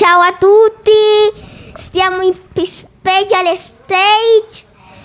ciao a tutti. Stiamo in Special Stage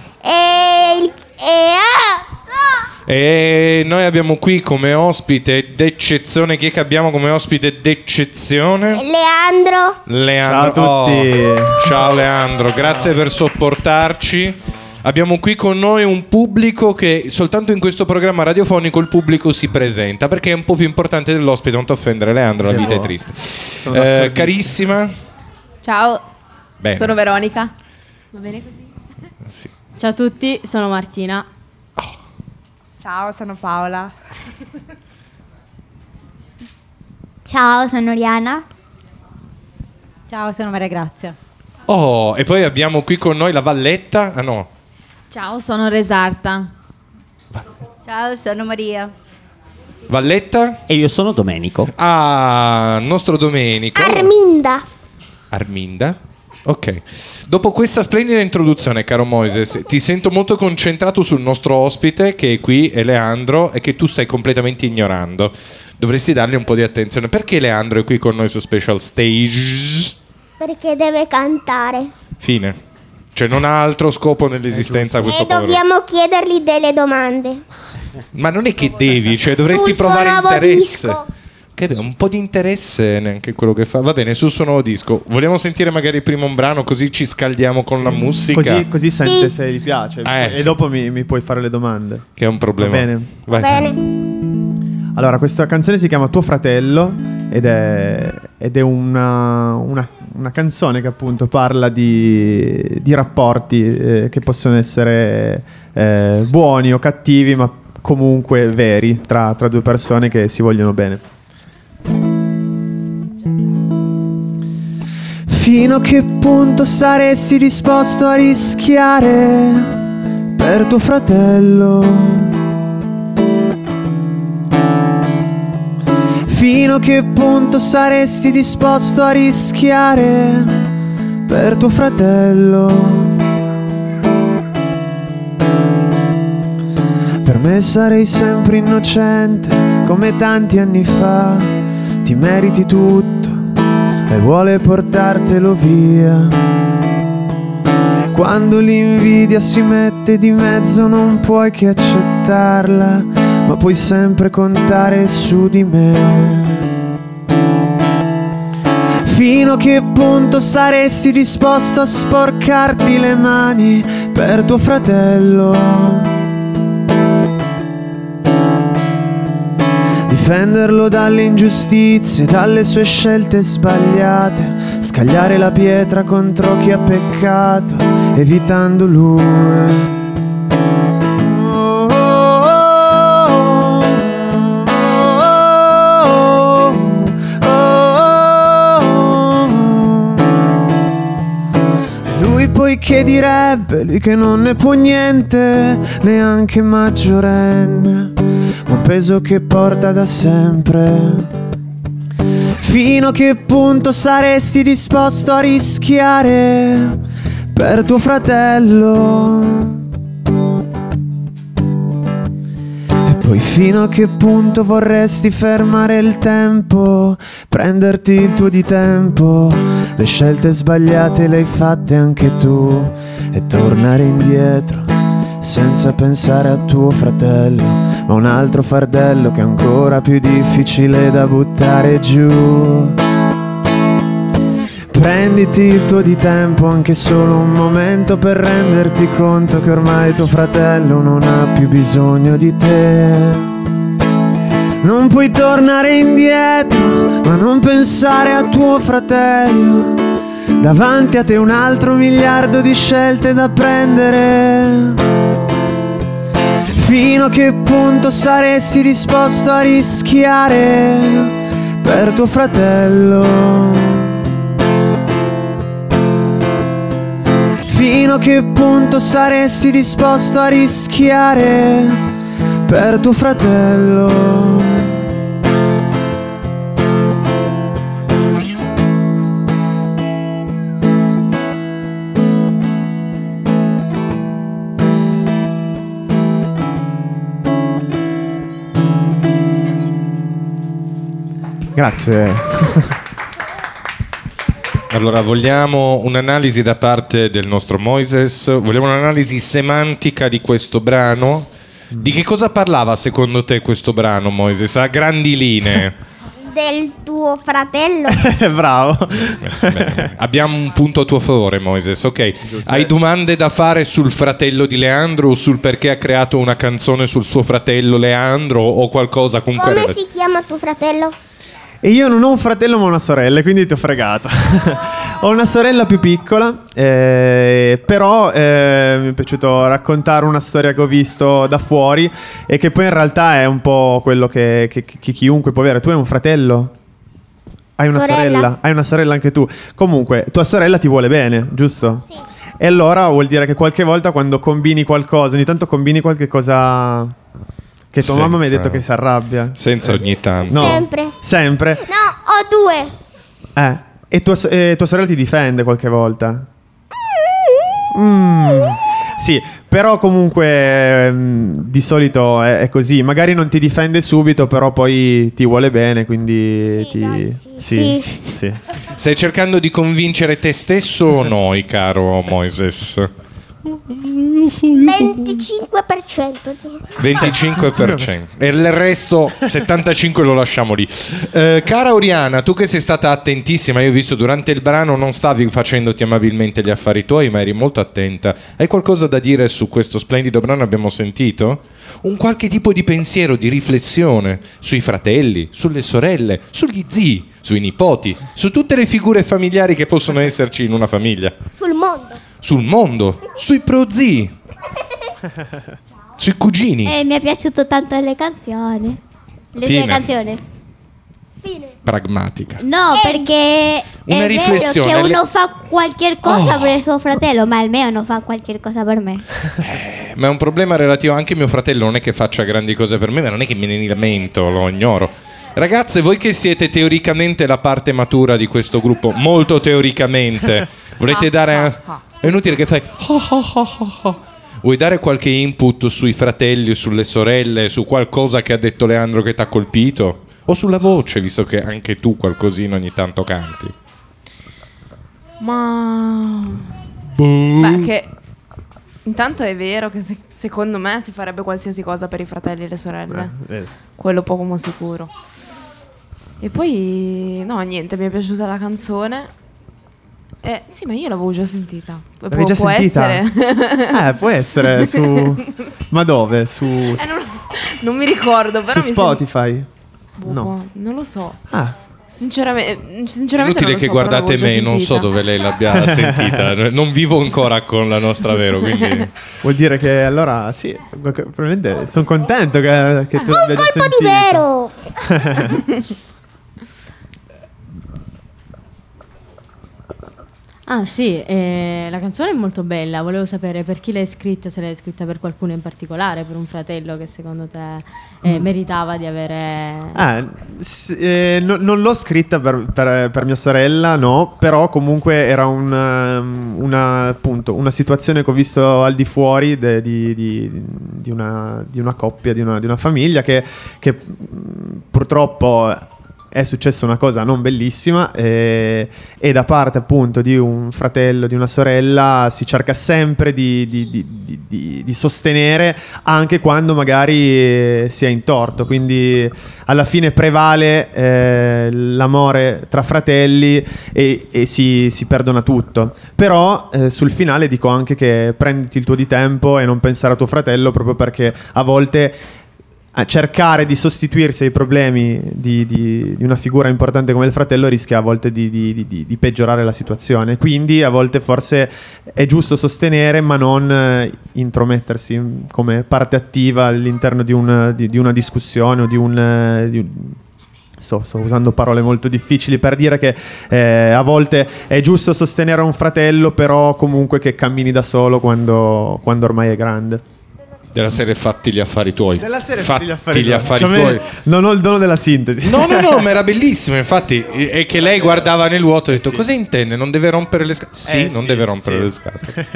e noi abbiamo qui come ospite d'eccezione. Chi è che abbiamo come ospite d'eccezione? Leandro. Ciao a tutti. Ciao Leandro, grazie per sopportarci. Abbiamo qui con noi un pubblico che soltanto in questo programma radiofonico il pubblico si presenta, perché è un po' più importante dell'ospite. Non ti offendere, Leandro, la vita è triste. Carissima. Ciao. Bene. Sono Veronica. Va bene così? Sì. Ciao a tutti, sono Martina. Ciao, sono Paola. Ciao, sono Oriana. Ciao, sono Maria Grazia. Oh, e poi abbiamo qui con noi la Valletta. Ah no. Ciao, sono Resarta. Ciao, sono Maria. Valletta. E io sono Domenico. Ah, nostro Domenico. Arminda. Ok. Dopo questa splendida introduzione, caro Moises, ti sento molto concentrato sul nostro ospite che è qui, è Leandro, e che tu stai completamente ignorando. Dovresti dargli un po' di attenzione. Perché Leandro è qui con noi su Special Stage? Perché deve cantare. Fine. Cioè non ha altro scopo nell'esistenza questo E povero. dobbiamo chiedergli delle domande. Ma non è che devi, cioè dovresti Sul suo provare nuovo interesse. disco. Che beh, un po' di interesse neanche quello che fa. Va bene, sul suo nuovo disco. Vogliamo sentire magari prima un brano così ci scaldiamo con la musica? Così sente Sì. se gli piace. E sì. dopo mi puoi fare le domande. Che è un problema. Va bene. Vai. Bene. Allora, questa canzone si chiama Tuo fratello ed è una canzone che appunto parla di rapporti che possono essere buoni o cattivi, ma comunque veri tra due persone che si vogliono bene. Fino a che punto saresti disposto a rischiare per tuo fratello? Fino a che punto saresti disposto a rischiare per tuo fratello? Per me sarei sempre innocente come tanti anni fa. Ti meriti tutto e vuole portartelo via. Quando l'invidia si mette di mezzo non puoi che accettarla, ma puoi sempre contare su di me. Fino a che punto saresti disposto a sporcarti le mani per tuo fratello? Difenderlo dalle ingiustizie, dalle sue scelte sbagliate, scagliare la pietra contro chi ha peccato, evitando lui. Poi che direbbe, lui che non ne può niente, neanche maggiorenne, ma un peso che porta da sempre. Fino a che punto saresti disposto a rischiare per tuo fratello? E poi fino a che punto vorresti fermare il tempo, prenderti il tuo di tempo? Le scelte sbagliate le hai fatte anche tu, e tornare indietro senza pensare a tuo fratello, ma un altro fardello che è ancora più difficile da buttare giù. Prenditi il tuo di tempo, anche solo un momento, per renderti conto che ormai tuo fratello non ha più bisogno di te. Non puoi tornare indietro, ma non pensare a tuo fratello. Davanti a te un altro miliardo di scelte da prendere. Fino a che punto saresti disposto a rischiare per tuo fratello? Fino a che punto saresti disposto a rischiare per tuo fratello? Grazie. Allora, vogliamo un'analisi da parte del nostro Moises? Vogliamo un'analisi semantica di questo brano? Di che cosa parlava secondo te questo brano, Moises? A grandi linee. Del tuo fratello. Bravo. Bene. Abbiamo un punto a tuo favore, Moises. Ok. Hai domande da fare sul fratello di Leandro o sul perché ha creato una canzone sul suo fratello Leandro o qualcosa comunque? Come si chiama tuo fratello? E io non ho un fratello ma una sorella, quindi ti ho fregato. Ho una sorella più piccola, però mi è piaciuto raccontare una storia che ho visto da fuori e che poi in realtà è un po' quello che chiunque può avere. Tu hai un fratello? Hai una sorella? Hai una sorella anche tu? Comunque, tua sorella ti vuole bene, giusto? Sì. E allora vuol dire che qualche volta quando combini qualcosa, ogni tanto combini qualche cosa che tua mamma mi ha detto che si arrabbia. Senza ogni tanto. No. Sempre. Sempre? No, ho 2. E tua sorella ti difende qualche volta? Sì, però comunque di solito è così. Magari non ti difende subito, però poi ti vuole bene, quindi Sì, dai, sì. sì. Stai cercando di convincere te stesso o noi, caro Moises? 25%. 25%. E il resto 75% lo lasciamo lì. Cara Oriana, tu che sei stata attentissima, io ho visto durante il brano non stavi facendoti amabilmente gli affari tuoi, ma eri molto attenta. Hai qualcosa da dire su questo splendido brano abbiamo sentito? Un qualche tipo di pensiero, di riflessione sui fratelli, sulle sorelle, sugli zii, sui nipoti, su tutte le figure familiari che possono esserci in una famiglia. Sul mondo. Sul mondo, sui prozii, sui cugini. Mi è piaciuto tanto le canzoni. Le Fine. tue canzoni. Fine. Pragmatica. No, perché Una è riflessione, vero che le- uno fa qualche cosa per il suo fratello, ma il mio non fa qualche cosa per me. Ma è un problema relativo anche a mio fratello, non è che faccia grandi cose per me, ma non è che me ne lamento, lo ignoro. Ragazze, voi che siete teoricamente la parte matura di questo gruppo, molto teoricamente, volete dare... È inutile che fai... Vuoi dare qualche input sui fratelli, sulle sorelle, su qualcosa che ha detto Leandro che ti ha colpito? O sulla voce, visto che anche tu qualcosina ogni tanto canti? Ma... Beh, che... Intanto è vero che secondo me si farebbe qualsiasi cosa per i fratelli e le sorelle. Quello poco ma sicuro. E poi... No, niente, mi è piaciuta la canzone. Sì, ma io l'avevo già sentita. L'avevi già può sentita? essere. Può essere su... Ma dove? Su non mi ricordo, però su mi Spotify? No. Non lo so. Ah, Sinceramente Inutile non lo che so, però guardate l'avevo già me, non so sentita. dove lei l'abbia sentita. Non vivo ancora con la nostra Vero, quindi... vuol dire che allora sì, probabilmente sono contento che tu l'abbia già Colpo di sentita. vero. Ah sì, la canzone è molto bella, volevo sapere per chi l'hai scritta, se l'hai scritta per qualcuno in particolare, per un fratello che secondo te meritava di avere... Non l'ho scritta per mia sorella, no, però comunque era appunto, una situazione che ho visto al di fuori di una coppia, di una famiglia che purtroppo... è successa una cosa non bellissima e da parte appunto di un fratello, di una sorella si cerca sempre di sostenere anche quando magari si è in torto, quindi alla fine prevale l'amore tra fratelli e si perdona tutto, però sul finale dico anche che prenditi il tuo di tempo e non pensare a tuo fratello, proprio perché a volte cercare di sostituirsi ai problemi di una figura importante come il fratello rischia a volte di peggiorare la situazione. Quindi a volte forse è giusto sostenere ma non intromettersi come parte attiva all'interno di una discussione o sto usando parole molto difficili per dire che a volte è giusto sostenere un fratello, però comunque che cammini da solo quando ormai è grande. Della serie fatti gli affari tuoi. Della serie fatti gli affari Cioè, tuoi. non ho il dono della sintesi. No, ma era bellissimo. Infatti, è che lei guardava nel vuoto e ha detto: cosa intende? Non deve rompere le scatole? Sì, non deve rompere le scatole.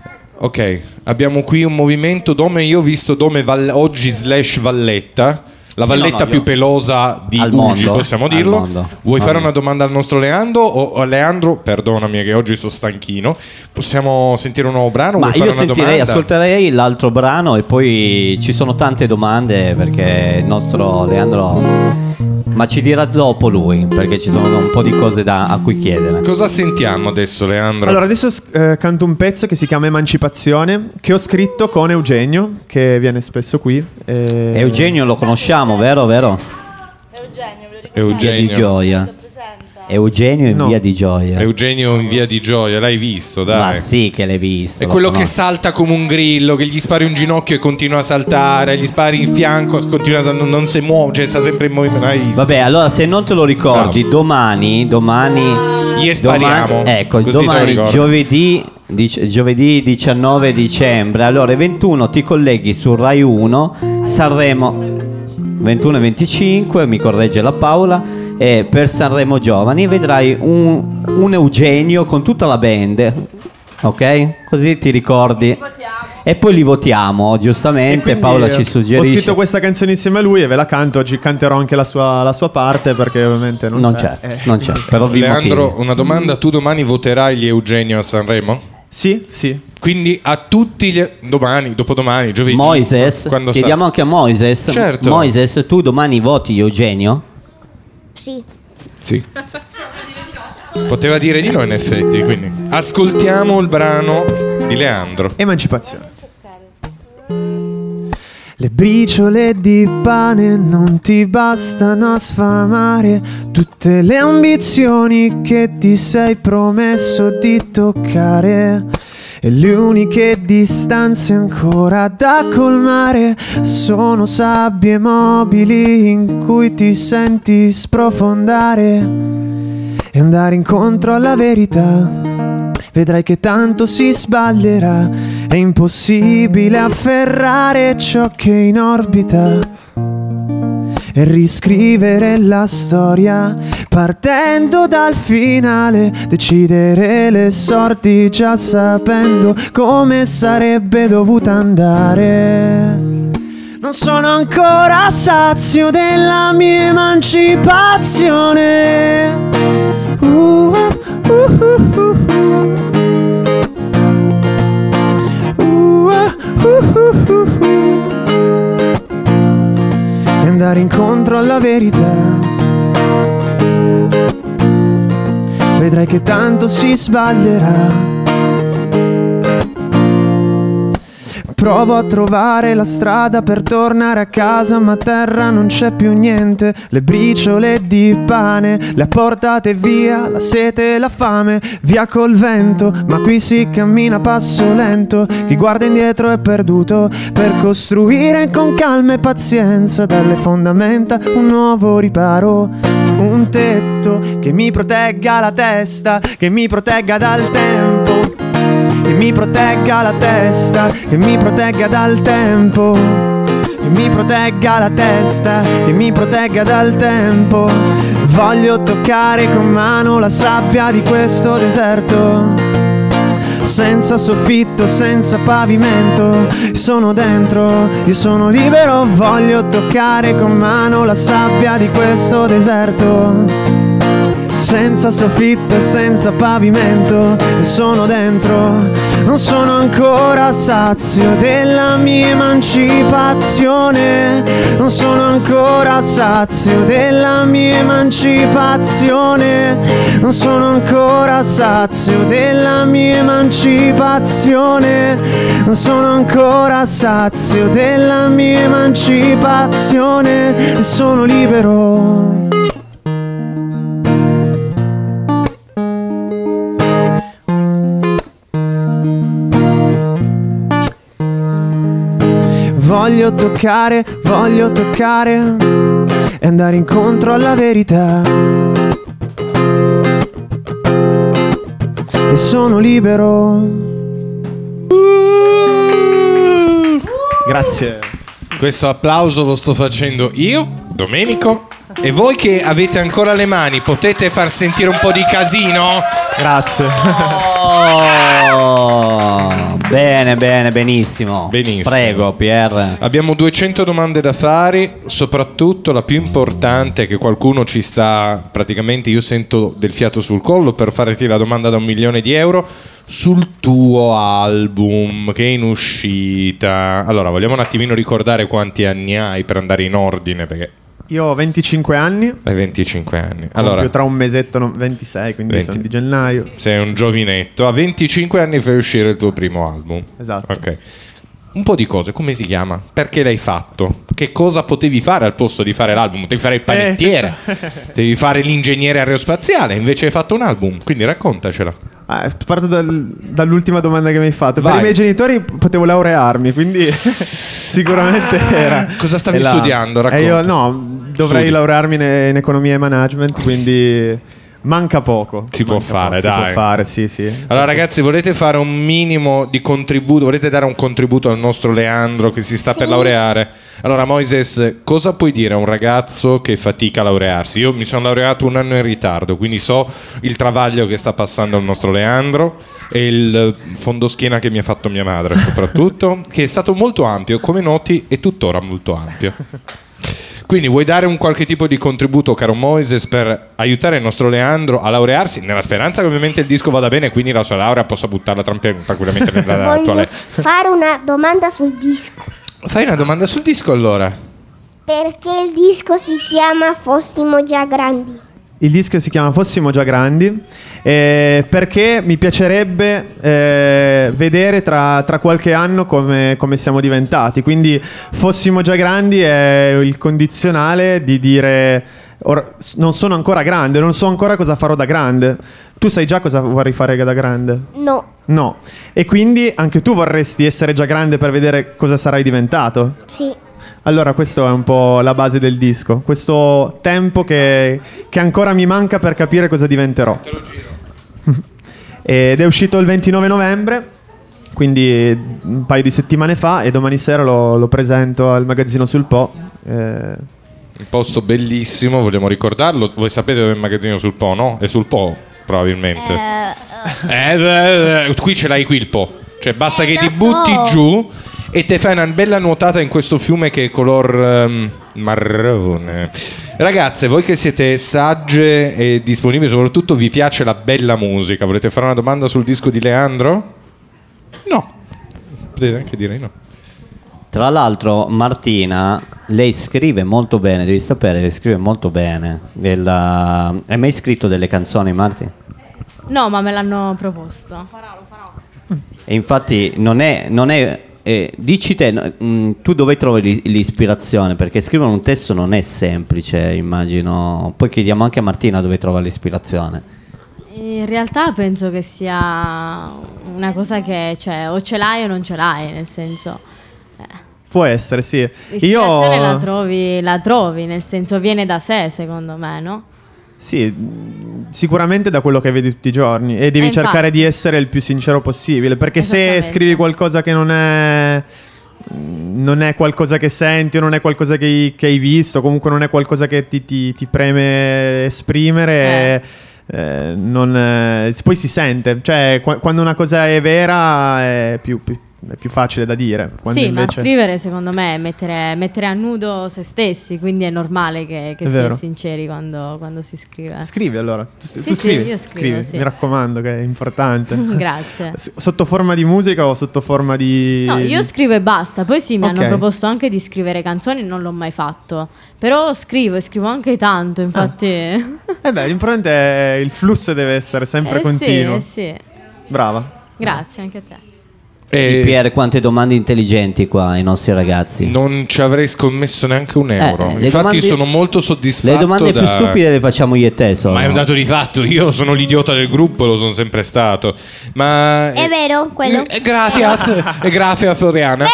Ok, abbiamo qui un movimento Dome. Io ho visto Dome oggi / Valletta. la valletta più pelosa di Ugi, possiamo dirlo. Vuoi fare una domanda al nostro Leandro? O Leandro, perdonami che oggi sono stanchino. Possiamo sentire un nuovo brano? Ma io ascolterei l'altro brano e poi ci sono tante domande perché il nostro Leandro... Ma ci dirà dopo lui, perché ci sono un po' di cose a cui chiedere. Cosa sentiamo adesso, Leandro? Allora, adesso canto un pezzo che si chiama Emancipazione, che ho scritto con Eugenio, che viene spesso qui. Eugenio lo conosciamo, vero? Eugenio di Gioia. Eugenio in Via di Gioia. Eugenio in Via di Gioia, l'hai visto, dai. Ma sì che l'hai visto. È quello che salta come un grillo, che gli spari un ginocchio e continua a saltare, gli spari in fianco e continua a non si muove, cioè sta sempre in movimento. Vabbè, allora se non te lo ricordi, domani gli spariamo. Domani giovedì 19 dicembre, allora 21 ti colleghi su Rai 1, Sanremo 21 e 25, mi corregge la Paola. E per Sanremo Giovani vedrai un Eugenio con tutta la band, ok? Così ti ricordi. E poi li votiamo, giustamente. Paola ci suggerisce. Ho scritto questa canzone insieme a lui e ve la canto. Oggi canterò anche la sua parte perché ovviamente non c'è. Non c'è. Per ovvi Leandro, motivi. una domanda: tu domani voterai gli Eugenio a Sanremo? Sì. Quindi a tutti domani, dopodomani, giovedì. Moises, chiediamo anche a Moises. Certo. Moises, tu domani voti Eugenio? Sì. Poteva dire di no in effetti, quindi ascoltiamo il brano di Leandro. Emancipazione. Le briciole di pane non ti bastano a sfamare tutte le ambizioni che ti sei promesso di toccare. E le uniche distanze ancora da colmare sono sabbie mobili in cui ti senti sprofondare e andare incontro alla verità. Vedrai che tanto si sbaglierà, è impossibile afferrare ciò che è in orbita e riscrivere la storia partendo dal finale, decidere le sorti già sapendo come sarebbe dovuta andare. Non sono ancora sazio della mia emancipazione. E andare incontro alla verità. Vedrai che tanto si sbaglierà. Provo a trovare la strada per tornare a casa, ma a terra non c'è più niente. Le briciole di pane le ha portate via la sete e la fame, via col vento, ma qui si cammina a passo lento. Chi guarda indietro è perduto, per costruire con calma e pazienza dalle fondamenta un nuovo riparo. Un tetto che mi protegga la testa, che mi protegga dal tempo, che mi protegga la testa, che mi protegga dal tempo, che mi protegga la testa, che mi protegga dal tempo. Voglio toccare con mano la sabbia di questo deserto, senza soffitto, senza pavimento. Sono dentro, io sono libero. Voglio toccare con mano la sabbia di questo deserto, senza soffitto e senza pavimento. E sono dentro. Non sono ancora sazio della mia emancipazione. Non sono ancora sazio della mia emancipazione. Non sono ancora sazio della mia emancipazione. Non sono ancora sazio della mia emancipazione. E sono libero. Voglio toccare e andare incontro alla verità. E sono libero. Grazie. Questo applauso lo sto facendo io, Domenico, e voi che avete ancora le mani potete far sentire un po' di casino? Grazie. Oh, Bene, benissimo. Benissimo. Prego, Pier. Abbiamo 200 domande da fare, soprattutto la più importante è che qualcuno ci sta, praticamente io sento del fiato sul collo per farti la domanda da 1 milione di euro sul tuo album che è in uscita. Allora, vogliamo un attimino ricordare quanti anni hai per andare in ordine, perché Io ho 25 anni. hai 25 anni. Allora, Allora, tra un mesetto 26, quindi 20. sono di gennaio. sei un giovinetto, a 25 anni fai uscire il tuo primo album. Esatto. Ok. Un po' di cose, come si chiama? Perché l'hai fatto? Che cosa potevi fare al posto di fare l'album? Potevi fare il panettiere, potevi fare l'ingegnere aerospaziale, invece hai fatto un album, quindi raccontacela. Parto dall'ultima domanda che mi hai fatto. Vai. Per i miei genitori potevo laurearmi, quindi sicuramente era. Cosa stavi è là. studiando? E Racconta. io dovrei Studi. laurearmi in economia e management, quindi manca poco. Si può fare, Si dai. può fare, sì. Allora ragazzi, volete fare un minimo di contributo? Volete dare un contributo al nostro Leandro che si sta per laureare? Allora Moises, cosa puoi dire a un ragazzo che fatica a laurearsi? Io mi sono laureato 1 anno in ritardo, quindi so il travaglio che sta passando il nostro Leandro e il fondoschiena che mi ha fatto mia madre soprattutto, che è stato molto ampio, come noti è tuttora molto ampio. Quindi vuoi dare un qualche tipo di contributo, caro Moises, per aiutare il nostro Leandro a laurearsi, nella speranza che ovviamente il disco vada bene e quindi la sua laurea possa buttarla tranquillamente nella Voglio toilette. fare una domanda sul disco. Fai una domanda sul disco allora. Perché il disco si chiama Fossimo già grandi? Il disco si chiama Fossimo già grandi, perché mi piacerebbe vedere tra qualche anno come siamo diventati. Quindi Fossimo già grandi è il condizionale di dire non sono ancora grande, non so ancora cosa farò da grande. Tu sai già cosa vorrei fare da grande? No. E quindi anche tu vorresti essere già grande per vedere cosa sarai diventato? Sì. Allora questo è un po' la base del disco, questo tempo che ancora mi manca per capire cosa diventerò. Te lo giro. Ed è uscito il 29 novembre, quindi un paio di settimane fa, e domani sera lo presento al magazzino sul Po. Un posto bellissimo, vogliamo ricordarlo. Voi sapete dove è il magazzino sul Po, no? È sul Po, probabilmente. Qui ce l'hai qui il Po. Cioè basta che ti butti giù e te fai una bella nuotata in questo fiume che è color marrone. Ragazze, voi che siete sagge e disponibili, soprattutto vi piace la bella musica, volete fare una domanda sul disco di Leandro? No. Potete anche dire no. Tra l'altro Martina, lei scrive molto bene, devi sapere, lei scrive molto bene. Hai mai scritto delle canzoni, Marti? No, ma me l'hanno proposto. Lo farò. E infatti non è dici te, tu dove trovi l'ispirazione? Perché scrivere un testo non è semplice, immagino. Poi chiediamo anche a Martina dove trova l'ispirazione. In realtà penso che sia una cosa che, cioè, o ce l'hai o non ce l'hai, nel senso. Può essere, sì. L'ispirazione la trovi, nel senso viene da sé, secondo me, no? Sì, sicuramente da quello che vedi tutti i giorni, e devi cercare di essere il più sincero possibile, perché se scrivi qualcosa che non è qualcosa che senti, o non è qualcosa che hai visto, comunque non è qualcosa che ti preme esprimere, poi si sente. Cioè quando una cosa è vera è più facile da dire. Quando Sì, invece... ma scrivere secondo me è mettere a nudo se stessi, quindi è normale che si è sinceri quando si scrive. Scrivi allora. Tu Sì, scrivi? io scrivo, sì. Mi raccomando, che è importante. Grazie. Sotto forma di musica o sotto forma di... No, io scrivo e basta. Poi sì, mi hanno proposto anche di scrivere canzoni, non l'ho mai fatto. Però scrivo anche tanto, infatti. L'importante è il flusso, deve essere sempre continuo. Sì. Brava. Grazie, anche a te. Pier, quante domande intelligenti qua ai nostri ragazzi. Non ci avrei scommesso neanche un euro. Infatti sono molto soddisfatto. Le domande più stupide le facciamo io e te. Ma è un dato di fatto. Io sono l'idiota del gruppo, lo sono sempre stato. Ma È vero quello? Grazie Oriana.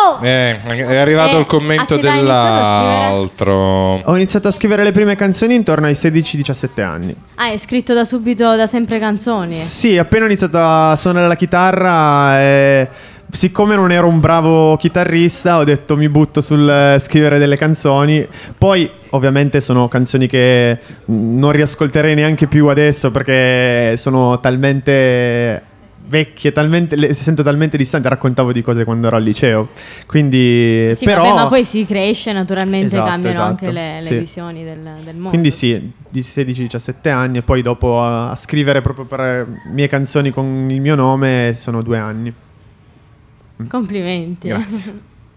È arrivato il commento dell'altro. Ho iniziato a scrivere le prime canzoni intorno ai 16-17 anni. Hai scritto da subito, da sempre canzoni? Sì, appena ho iniziato a suonare la chitarra, siccome non ero un bravo chitarrista, ho detto mi butto sul scrivere delle canzoni. Poi ovviamente sono canzoni che non riascolterei neanche più adesso, perché sono talmente vecchie, talmente sento talmente distante, raccontavo di cose quando ero al liceo. Quindi Sì, però vabbè, ma poi si cresce naturalmente, Esatto, cambiano esatto, anche le sì. visioni del mondo. Quindi sì, di 16-17 anni e poi dopo a scrivere proprio per mie canzoni con il mio nome sono 2 anni. Complimenti. Grazie.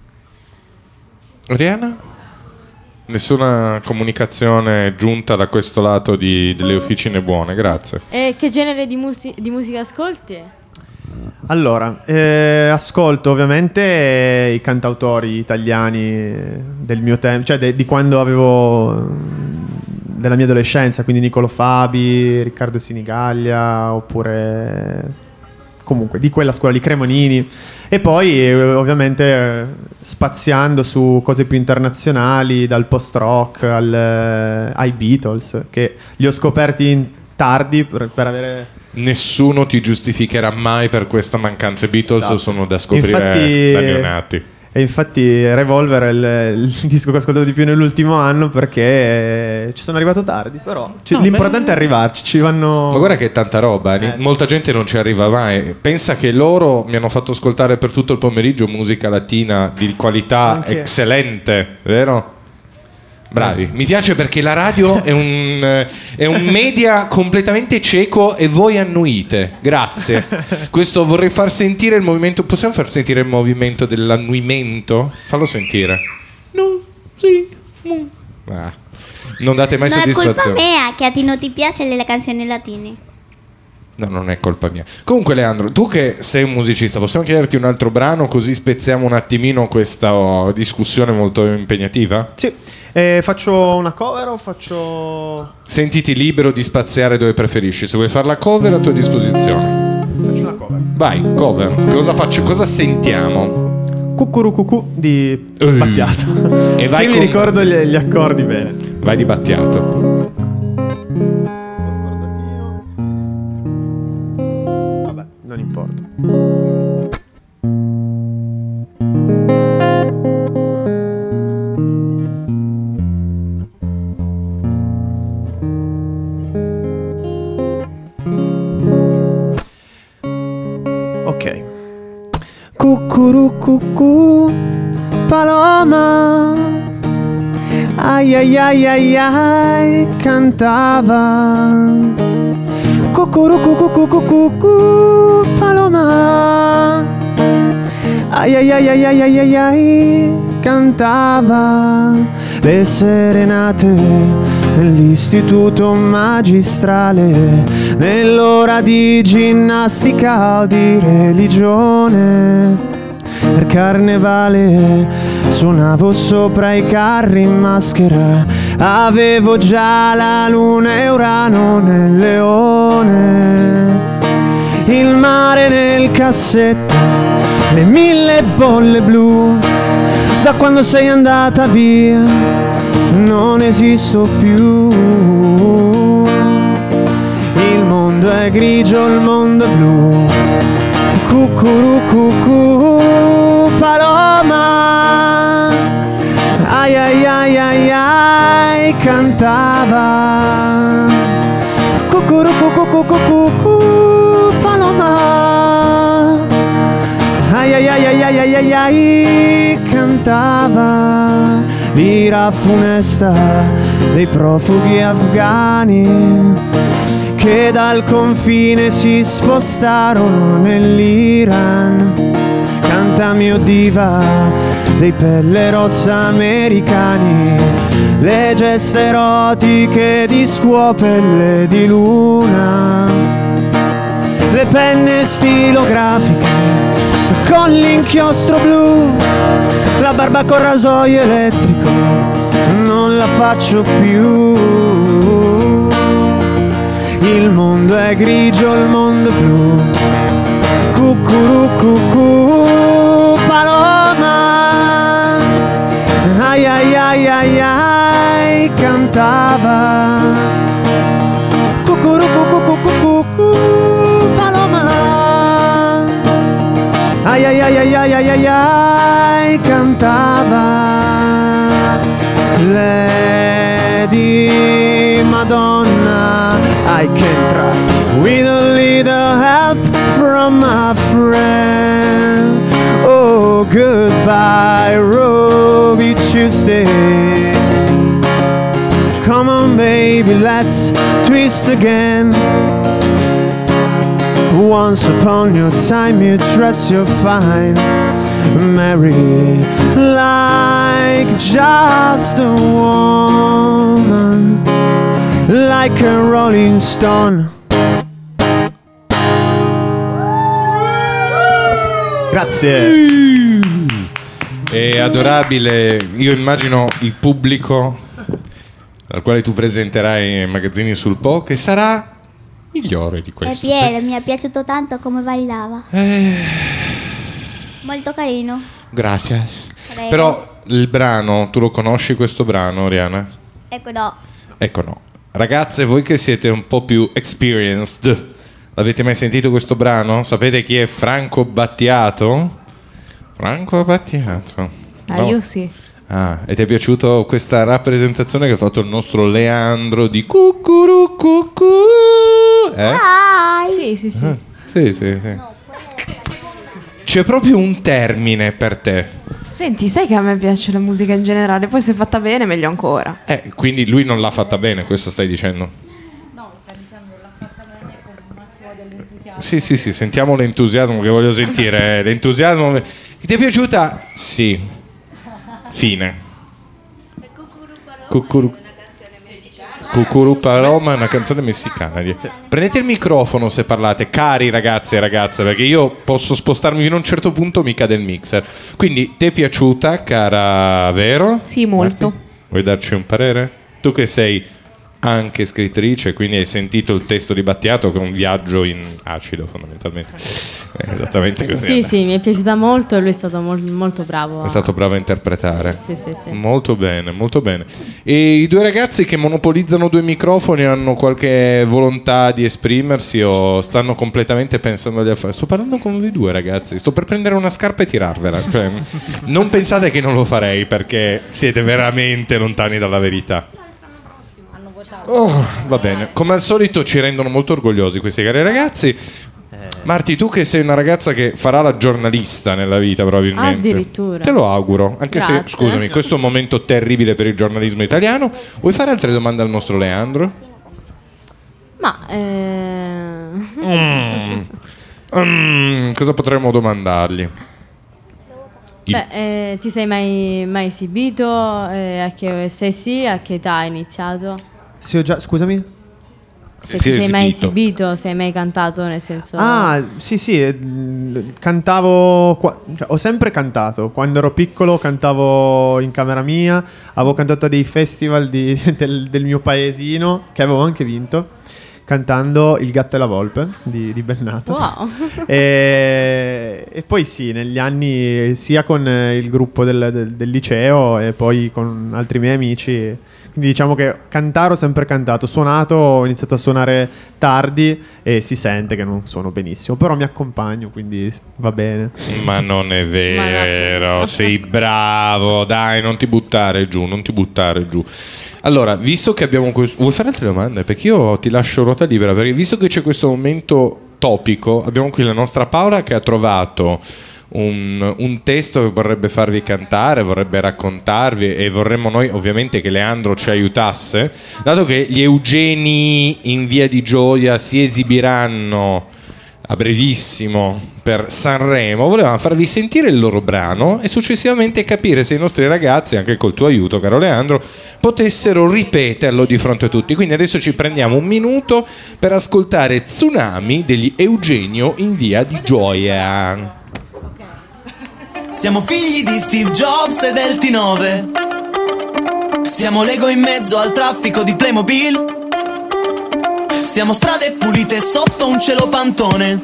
Oriana? Nessuna comunicazione giunta da questo lato delle officine buone, grazie. E che genere di musica ascolti? Allora, ascolto ovviamente i cantautori italiani del mio tempo, cioè di quando avevo della mia adolescenza, quindi Niccolò Fabi, Riccardo Sinigallia, oppure comunque di quella scuola lì, Cremonini, e poi ovviamente spaziando su cose più internazionali, dal post-rock ai Beatles, che li ho scoperti tardi per avere... Nessuno ti giustificherà mai per questa mancanza. I Beatles Esatto. sono da scoprire Infatti- da neonati. E infatti Revolver è il disco che ho ascoltato di più nell'ultimo anno, perché ci sono arrivato tardi, però l'importante è arrivarci, ci vanno... Ma guarda che è tanta roba, molta gente non ci arriva mai. Pensa che loro mi hanno fatto ascoltare per tutto il pomeriggio musica latina di qualità Anche- eccellente, vero? Bravi, mi piace perché la radio è un media completamente cieco e voi annuite. Grazie. Questo vorrei far sentire il movimento. Possiamo far sentire il movimento dell'annuimento? Fallo sentire. No, sì. Non date mai No, è colpa soddisfazione. mia che a ti non ti piacciono le canzoni latine. No, non è colpa mia. Comunque, Leandro, tu che sei un musicista, possiamo chiederti un altro brano così spezziamo un attimino questa discussione molto impegnativa? Sì, faccio una cover o faccio... Sentiti libero di spaziare dove preferisci. Se vuoi fare la cover a tua disposizione. Faccio una cover. Vai, cover. Cosa faccio? Cosa sentiamo? Cucurucucù di Battiato. E vai Se mi ricordo gli accordi bene. Vai di Battiato. Vabbè, non importa. Ok. Cucurucucù, Paloma, ai ai ai ai ai, cantava. Cucurucucucucucucu, Paloma, ai ai ai ai ai ai ai ai, cantava le serenate nell'istituto magistrale, nell'ora di ginnastica o di religione. Per carnevale suonavo sopra i carri in maschera, avevo già la luna e Urano nel leone, il mare nel cassetto, le 1000 bolle blu. Da quando sei andata via non esisto più. Il mondo è grigio, il mondo è blu. Cucurucucù, Paloma, ai ai ai ai ai, cantava. Cucurucucucucucu, Paloma, ai ai ai ai ai ai ai ai, cantava. L'ira funesta dei profughi afghani che dal confine si spostarono nell'Iran. Cantami, o diva dei pelle rossa americani, le gesta erotiche di scuopelle di luna, le penne stilografiche con l'inchiostro blu, la barba col rasoio elettrico non la faccio più. Il mondo è grigio, il mondo è blu. Cucurucucù, Paloma, ai ai ai ai ai, cantava. Cucurucucucucucu, Paloma, ai ai ai ai ai ai ai ai, cantava. Lady Madonna, I can try with a little help from my Goodbye, Ruby Tuesday. Come on, baby, let's twist again. Once upon your time you dress your fine, Mary, like just a woman, like a rolling stone. Grazie. È adorabile. Io immagino il pubblico al quale tu presenterai Magazzini sul Po che sarà migliore di questo. Piero, mi è piaciuto tanto come ballava. Molto carino. Grazie. Prego. Però il brano, tu lo conosci questo brano, Oriana? Ecco no. Ecco no. Ragazze, voi che siete un po' più experienced, l'avete mai sentito questo brano? Sapete chi è Franco Battiato? Franco Battiato. No? Io sì. Ah, e ti è piaciuto questa rappresentazione che ha fatto il nostro Leandro di Cucurucucù? Sì, sì, sì. Sì. C'è proprio un termine per te. Senti, sai che a me piace la musica in generale, poi se è fatta bene meglio ancora. Quindi lui non l'ha fatta bene, questo stai dicendo? No, sta dicendo l'ha fatta bene con il massimo dell'entusiasmo. Sì, sentiamo l'entusiasmo che voglio sentire. L'entusiasmo. Ti è piaciuta? Sì. Fine. Cucurupaloma è una canzone messicana. Prendete il microfono se parlate, cari ragazzi e ragazze, perché io posso spostarmi fino a un certo punto, mi cade il mixer. Quindi ti è piaciuta, cara, vero? Sì, molto. Marti? Vuoi darci un parere? Tu che sei anche scrittrice, quindi hai sentito il testo di Battiato, che è un viaggio in acido fondamentalmente. Esattamente così. Sì, mi è piaciuta molto e lui è stato molto bravo. È stato bravo a interpretare. Sì. Molto bene, molto bene. E i due ragazzi che monopolizzano due microfoni hanno qualche volontà di esprimersi o stanno completamente pensando agli affari? Sto parlando con voi due ragazzi, sto per prendere una scarpa e tirarvela. Cioè, non pensate che non lo farei, perché siete veramente lontani dalla verità. Va bene, come al solito ci rendono molto orgogliosi questi cari ragazzi. Marti, tu che sei una ragazza che farà la giornalista nella vita probabilmente, addirittura, te lo auguro, anche grazie. se, scusami, questo è un momento terribile per il giornalismo italiano. Vuoi fare altre domande al nostro Leandro? Ma cosa potremmo domandargli? ti sei mai esibito? Se sì, a che età hai iniziato? Sì, scusami. Se ti sei mai esibito, se hai mai cantato, nel senso... Sì, cantavo, ho sempre cantato. Quando ero piccolo cantavo in camera mia, avevo cantato a dei festival del mio paesino, che avevo anche vinto, cantando Il gatto e la volpe di Bennato. Wow. E poi sì, negli anni sia con il gruppo del liceo e poi con altri miei amici. Quindi diciamo che cantare ho sempre cantato. Suonato, ho iniziato a suonare tardi e si sente che non suono benissimo, però mi accompagno, quindi va bene. Ma non è vero, sei bravo, dai, non ti buttare giù. Allora, visto che abbiamo questo... Vuoi fare altre domande? Perché io ti lascio ruota libera, perché visto che c'è questo momento topico, abbiamo qui la nostra Paola che ha trovato un testo che vorrebbe farvi cantare, vorrebbe raccontarvi, e vorremmo noi ovviamente che Leandro ci aiutasse, dato che gli Eugeni in Via di Gioia si esibiranno a brevissimo per Sanremo. Volevamo farvi sentire il loro brano e successivamente capire se i nostri ragazzi, anche col tuo aiuto caro Leandro, potessero ripeterlo di fronte a tutti. Quindi adesso ci prendiamo un minuto per ascoltare Tsunami degli Eugenio in Via di Gioia. Siamo figli di Steve Jobs e del T9. Siamo Lego in mezzo al traffico di Playmobil. Siamo strade pulite sotto un cielo pantone.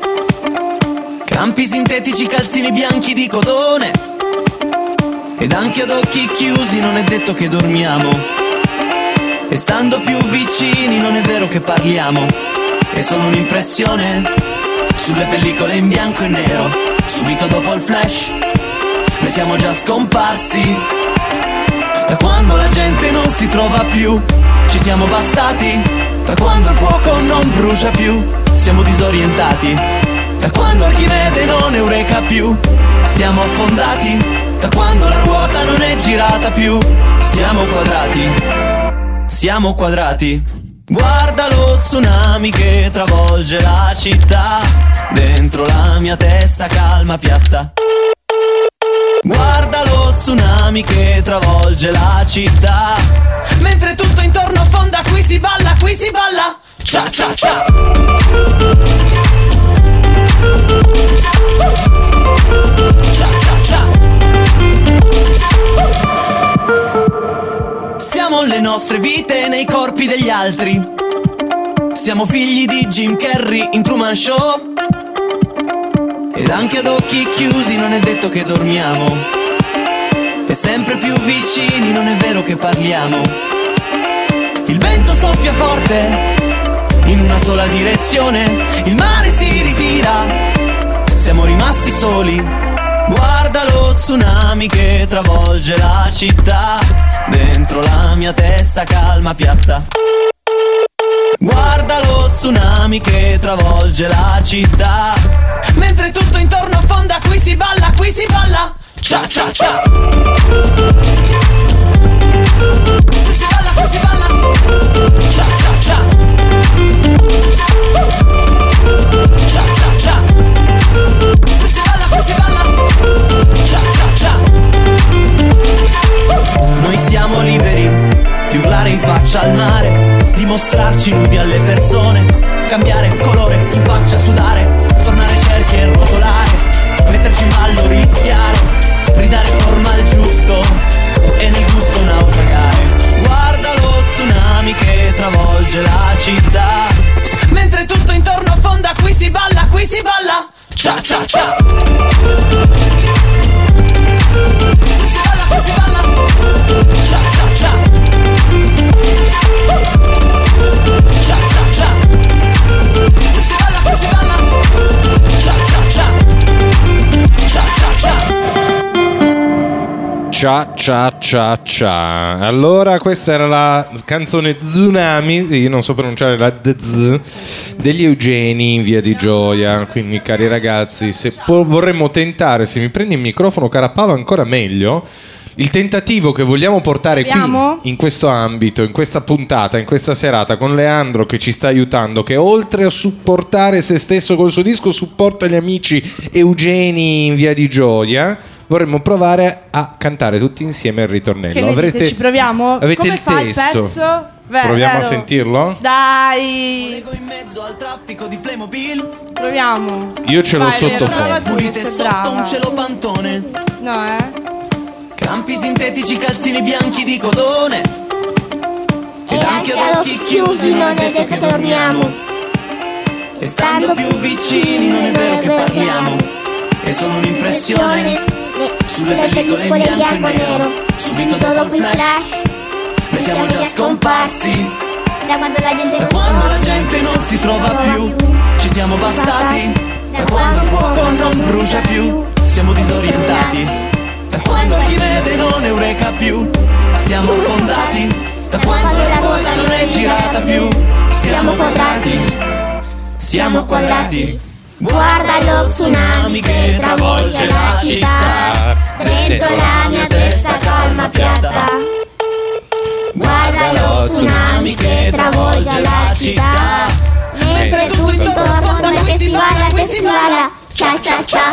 Campi sintetici, calzini bianchi di cotone. Ed anche ad occhi chiusi non è detto che dormiamo. E stando più vicini non è vero che parliamo. È solo un'impressione sulle pellicole in bianco e nero. Subito dopo il flash noi siamo già scomparsi. Da quando la gente non si trova più ci siamo bastati. Da quando il fuoco non brucia più siamo disorientati. da quando Archimede non eureka più. Siamo affondati, da quando la ruota non è girata più. Siamo quadrati, siamo quadrati. Guarda lo tsunami che travolge la città, dentro la mia testa calma piatta. Guarda lo tsunami che travolge la città, mentre tutto intorno affonda, qui si balla, qui si balla. Cia cia cia. Cia cia cia. Siamo le nostre vite nei corpi degli altri. Siamo figli di Jim Carrey in Truman Show. Ed anche ad occhi chiusi non è detto che dormiamo. E sempre più vicini non è vero che parliamo. Il vento soffia forte in una sola direzione, il mare si ritira, siamo rimasti soli. Guarda lo tsunami che travolge la città, dentro la mia testa calma piatta. Guarda lo tsunami che travolge la città, mentre tutto intorno affonda, qui si balla, qui si balla. Cia cia cia. Qui si balla, qui si balla. Cia cia cia. Cia cia cia. Qui si balla, qui si balla. Cia cia cia. Noi siamo liberi di urlare in faccia al mare, di mostrarci nudi alle persone, cambiare colore in faccia, sudare, tornare cerchi e rotolare, metterci in ballo, rischiare, ridare forma al giusto e nel gusto naufragare. Guarda lo tsunami che travolge la città, mentre tutto intorno affonda, qui si balla, qui si balla. Cia cia cia. Qui si balla, qui si balla. Cia cia cia. Cia cia cia. Qui si balla, qui si balla. Cia cia cia. Cia cia cia. Cia cia cia cia. Allora questa era la canzone Tsunami, io non so pronunciare la DZ, degli Eugeni in Via di Gioia. Quindi cari ragazzi, se vorremmo tentare, se mi prendi il microfono cara Paolo ancora meglio, il tentativo che vogliamo portare qui in questo ambito, in questa puntata, in questa serata con Leandro che ci sta aiutando, che oltre a supportare se stesso col suo disco supporta gli amici Eugeni in Via di Gioia. Vorremmo provare a cantare tutti insieme il ritornello. Che ne dite, ci proviamo? Avete come il fa testo? Il pezzo? Beh, proviamo a sentirlo? Dai. In mezzo al traffico di Playmobil. Proviamo. Io ce l'ho Vai, sottofondo. Pulite sotto brava. un cielo pantone. No, Campi sintetici, calzini bianchi di cotone. Ed anche ad occhi chiusi non è detto che dormiamo. E stando più vicini non è vero che parliamo. È solo un'impressione sulle pellicole in bianco e nero. Subito dopo il flash noi siamo già scomparsi. Da quando la gente, da quando la gente non si trova più. Ci siamo bastati. Da quando il fuoco non brucia più. Siamo disorientati. Da quando Archimede non eureka più. Siamo affondati. Da quando la ruota non è girata più. Siamo quadrati. Siamo quadrati. guarda lo tsunami che travolge la città, dentro la mia testa calma piatta. Guarda lo tsunami che travolge la città, mentre tutto intorno affonda, qui si balla, cia cia cia.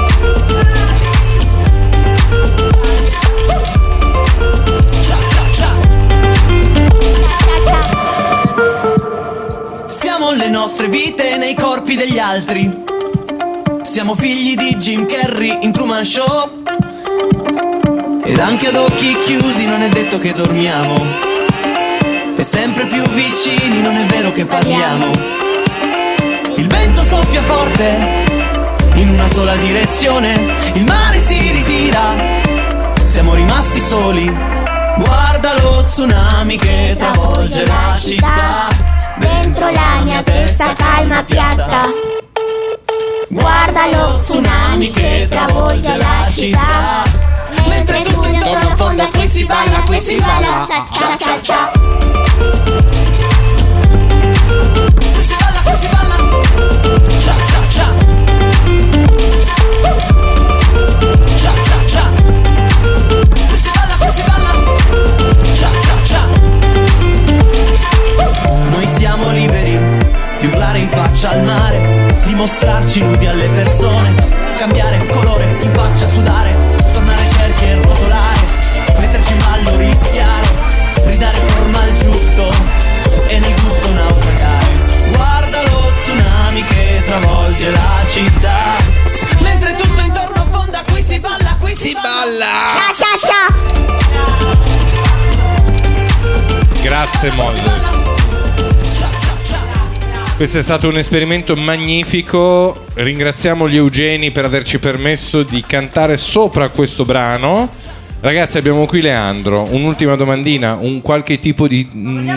Siamo le nostre vite nei corpi degli altri. Siamo figli di Jim Carrey in Truman Show. Ed anche ad occhi chiusi non è detto che dormiamo. E sempre più vicini non è vero che parliamo. Il vento soffia forte in una sola direzione. Il mare si ritira. Siamo rimasti soli. Guarda lo tsunami che travolge la città, dentro la mia testa calma piatta. Guarda lo tsunami che travolge la città, mentre tutto intorno affonda, qui si balla, cia cia cia. Qui si balla, cia cia cia. dimostrarci nudi alle persone, cambiare colore in faccia, sudare, tornare cerchi e rotolare, metterci in ballo, rischiare, ridare forma al giusto e nel gusto naufragare. Guarda lo tsunami che travolge la città, mentre tutto intorno affonda, qui si balla, qui si balla. Sha sha sha. Grazie Moses. Questo è stato un esperimento magnifico. Ringraziamo gli Eugeni per averci permesso di cantare sopra questo brano. Ragazzi, abbiamo qui Leandro. Un'ultima domandina, un qualche tipo di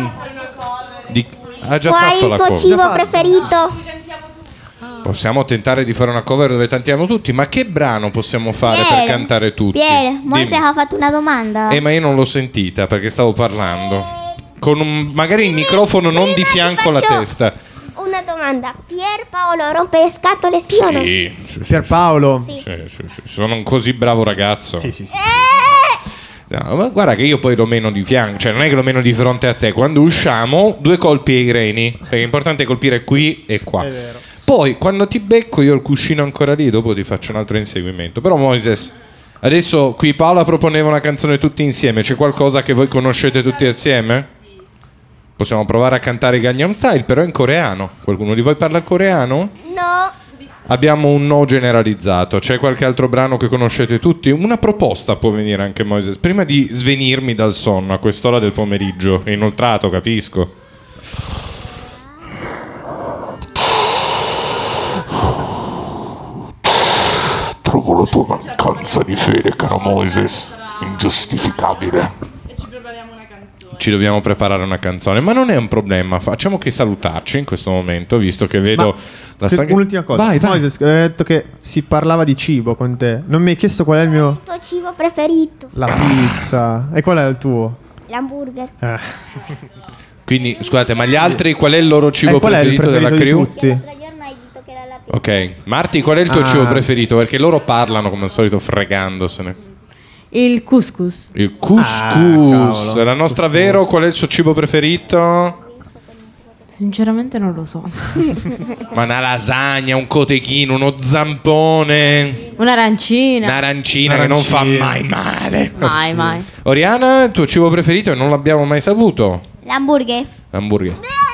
ha già Qual fatto è la il tuo cover. cibo preferito? Possiamo tentare di fare una cover dove cantiamo tutti, ma che brano possiamo fare per cantare tutti? Pier, Moise Dimmi. ha fatto una domanda. Ma io non l'ho sentita perché stavo parlando. Con magari il microfono non di fianco alla testa. Una domanda. Pierpaolo rompe le scatole sì o no? Sì, Pierpaolo. Sì. sì, sono un così bravo ragazzo. Sì. No, ma guarda che io poi lo meno di fianco, cioè non è che lo meno di fronte a te. Quando usciamo, 2 colpi ai reni, perché è importante colpire qui e qua. È vero. Poi quando ti becco io ho il cuscino ancora lì, dopo ti faccio un altro inseguimento. Però Moises, adesso qui Paola proponeva una canzone tutti insieme. C'è qualcosa che voi conoscete tutti assieme? Possiamo provare a cantare Gangnam Style, però in coreano. Qualcuno di voi parla il coreano? No. Abbiamo un no generalizzato. C'è qualche altro brano che conoscete tutti? Una proposta può venire anche Moises. Prima di svenirmi dal sonno a quest'ora del pomeriggio. È inoltrato, capisco. Trovo la tua mancanza di fede, caro Moises, ingiustificabile. Ci dobbiamo preparare una canzone, ma non è un problema. Facciamo che salutarci in questo momento, visto che vedo la stanca. Un'ultima cosa. Vai. Moises, hai detto che si parlava di cibo con te. Non mi hai chiesto qual è il mio. Il tuo cibo preferito? La pizza. E qual è il tuo? L'hamburger. Quindi, scusate, ma gli altri qual è il loro cibo qual è il preferito della preferito di crew? tutti? L'altro giorno hai detto che era la pizza. Ok, Marti, qual è il tuo cibo preferito? Perché loro parlano come al solito fregandosene. Il couscous. Il couscous, cavolo. la nostra Vero, qual è il suo cibo preferito? Sinceramente non lo so. Ma una lasagna, un cotechino, uno zampone, Un'arancina. un'arancina che non fa mai male. Mai. Oriana, il tuo cibo preferito e non l'abbiamo mai saputo? L'hamburger. L'hamburger.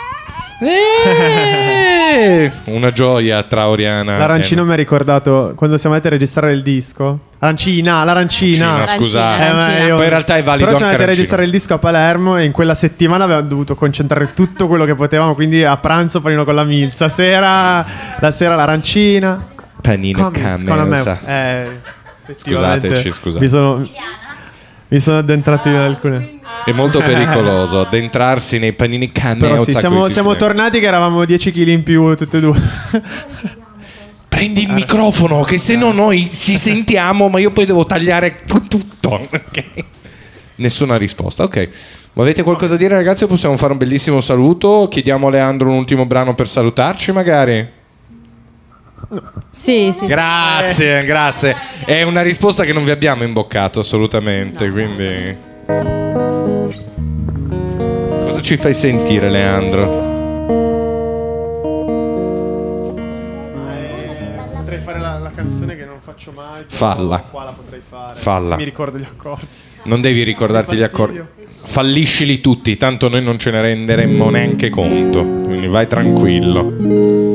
Una gioia tra Oriana. L'arancino mi ha ricordato quando siamo andati a registrare il disco. L'arancina. Scusate. Poi in realtà è valido però siamo anche andati a arancino. registrare il disco a Palermo e in quella settimana abbiamo dovuto concentrare tutto quello che potevamo. Quindi a pranzo panino con la milza, la sera l'arancina. Panino Comments con la Camelsa. effettivamente Scusateci. Mi sono addentrato in alcune. È molto pericoloso addentrarsi nei panini Camelsa. Però sì, siamo tornati che eravamo 10 kg in più tutti e due. Prendi il microfono, che se no noi ci sentiamo, ma io poi devo tagliare tutto. Ok. Nessuna risposta. Ok. Avete qualcosa da dire, ragazzi? O possiamo fare un bellissimo saluto? Chiediamo a Leandro un ultimo brano per salutarci, magari? Sì. Grazie. È una risposta che non vi abbiamo imboccato assolutamente, quindi. Cosa ci fai sentire, Leandro? Potrei fare la canzone che non faccio mai. Falla. Qua la potrei fare. Falla. Se mi ricordo gli accordi. Non devi ricordarti gli accordi. Falliscili tutti, tanto noi non ce ne renderemmo neanche conto. Quindi vai tranquillo.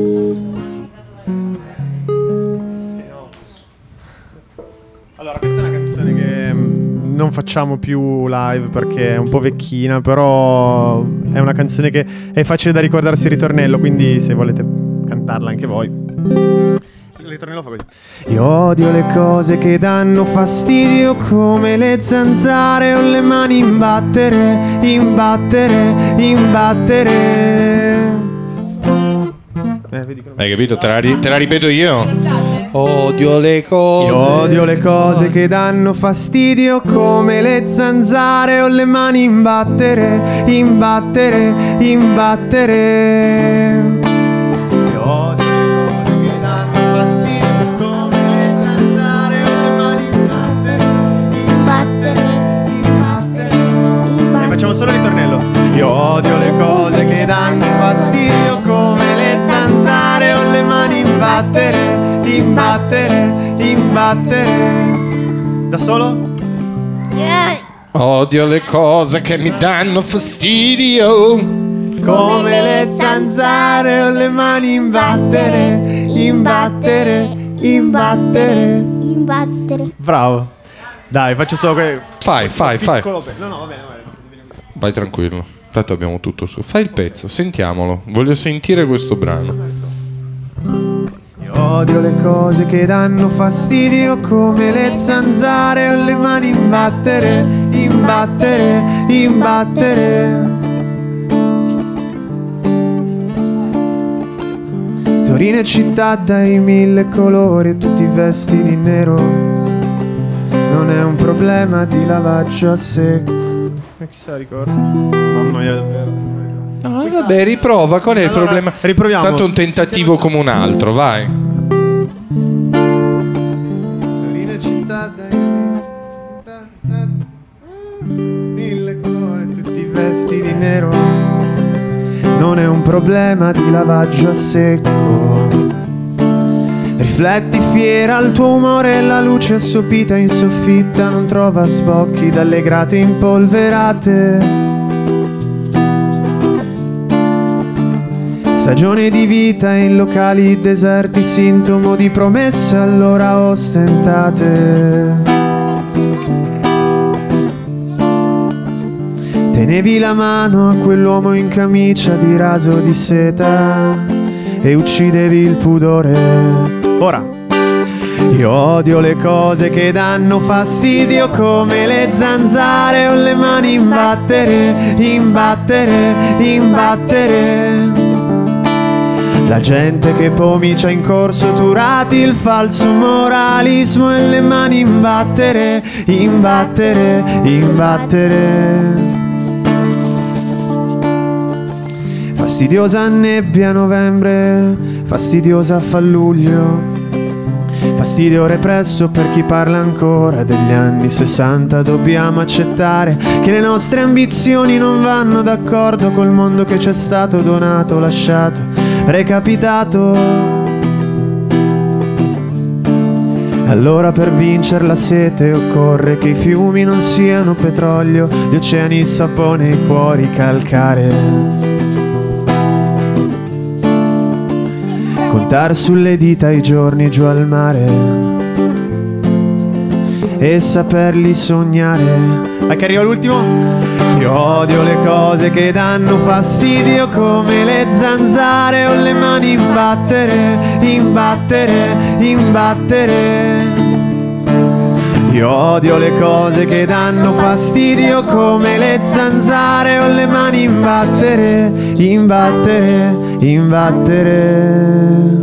Allora, questa è una canzone che non facciamo più live perché è un po' vecchina, però è una canzone che è facile da ricordarsi il ritornello, quindi se volete cantarla anche voi. Il ritornello fa così. Io odio le cose che danno fastidio, come le zanzare o le mani imbattere. Hai capito? Te la ripeto io. Odio le cose. Io odio le cose che danno fastidio, come le zanzare o le mani imbattere. Io odio le cose che danno fastidio, come le zanzare o le mani imbattere. E facciamo solo il ritornello. Io odio le cose che danno fastidio, come le zanzare o le mani imbattere. imbattere, imbattere, imbattere. Da solo? Odio le cose che mi danno fastidio, come le zanzare o le mani, imbattere, imbattere, imbattere, imbattere. Bravo. Dai, faccio solo Fai. No, va bene. Vai tranquillo. Tanto abbiamo tutto su. Fai il pezzo, sentiamolo. Voglio sentire questo brano. Io odio le cose che danno fastidio, come le zanzare o le mani, imbattere, imbattere, imbattere. Torino è città dai 1000 colori e tutti vestiti di nero. Non è un problema di lavaggio a secco. Chissà, ricordo. Mamma mia, davvero. No, vabbè, riprova. Qual è il problema? Riproviamo. Tanto un tentativo come un altro, vai. Torino è città dai 1000 colori, tutti vestiti di nero. Non è un problema di lavaggio a secco. Rifletti fiera il tuo umore e la luce assopita in soffitta non trova sbocchi dalle grate impolverate. Stagione di vita in locali deserti, sintomo di promesse allora ostentate. Tenevi la mano a quell'uomo in camicia di raso di seta e uccidevi il pudore. Ora, io odio le cose che danno fastidio, come le zanzare o le mani, imbattere, imbattere, imbattere. La gente che pomicia in corso Turati, il falso moralismo e le mani, imbattere, imbattere, imbattere. Fastidiosa nebbia a novembre, fastidiosa fa luglio. Fastidio represso per chi parla ancora degli anni 60. Dobbiamo accettare che le nostre ambizioni non vanno d'accordo col mondo che ci è stato donato, lasciato, recapitato. Allora per vincere la sete occorre che i fiumi non siano petrolio, gli oceani sapone e i cuori calcare. Contar sulle dita i giorni giù al mare e saperli sognare. Vai che arriva l'ultimo. Io odio le cose che danno fastidio, come le zanzare o le mani, imbattere, imbattere, imbattere. Io odio le cose che danno fastidio, come le zanzare o le mani, imbattere, imbattere, imbattere.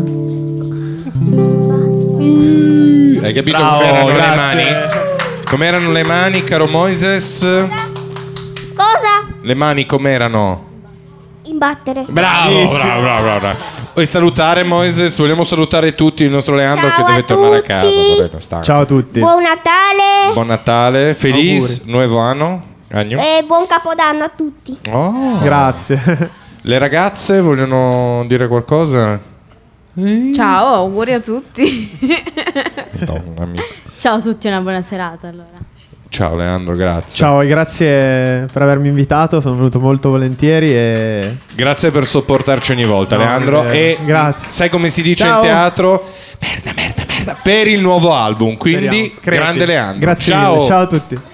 Hai capito Bravo, com'erano grazie. le mani? Com'erano le mani, caro Moises? Cosa? Le mani com'erano? Imbattere. Bravo. Vuoi salutare Moises? Vogliamo salutare tutti il nostro Leandro Ciao che deve a tornare a tutti. casa. Poverino, stanco. Ciao a tutti. Buon Natale Buon Natale, feliz nuovo anno. Agno. e buon Capodanno a tutti. Oh. Grazie. Le ragazze vogliono dire qualcosa? Ciao, auguri a tutti. Madonna mia. Ciao a tutti, una buona serata allora. Ciao Leandro, grazie. Ciao e grazie per avermi invitato, sono venuto molto volentieri e Grazie per sopportarci ogni volta, No, Leandro. è vero. E Grazie. sai come si dice Ciao. in teatro? Merda. Per il nuovo album. Quindi, Speriamo. Creti. grande Leandro. Grazie Ciao. mille, ciao a tutti.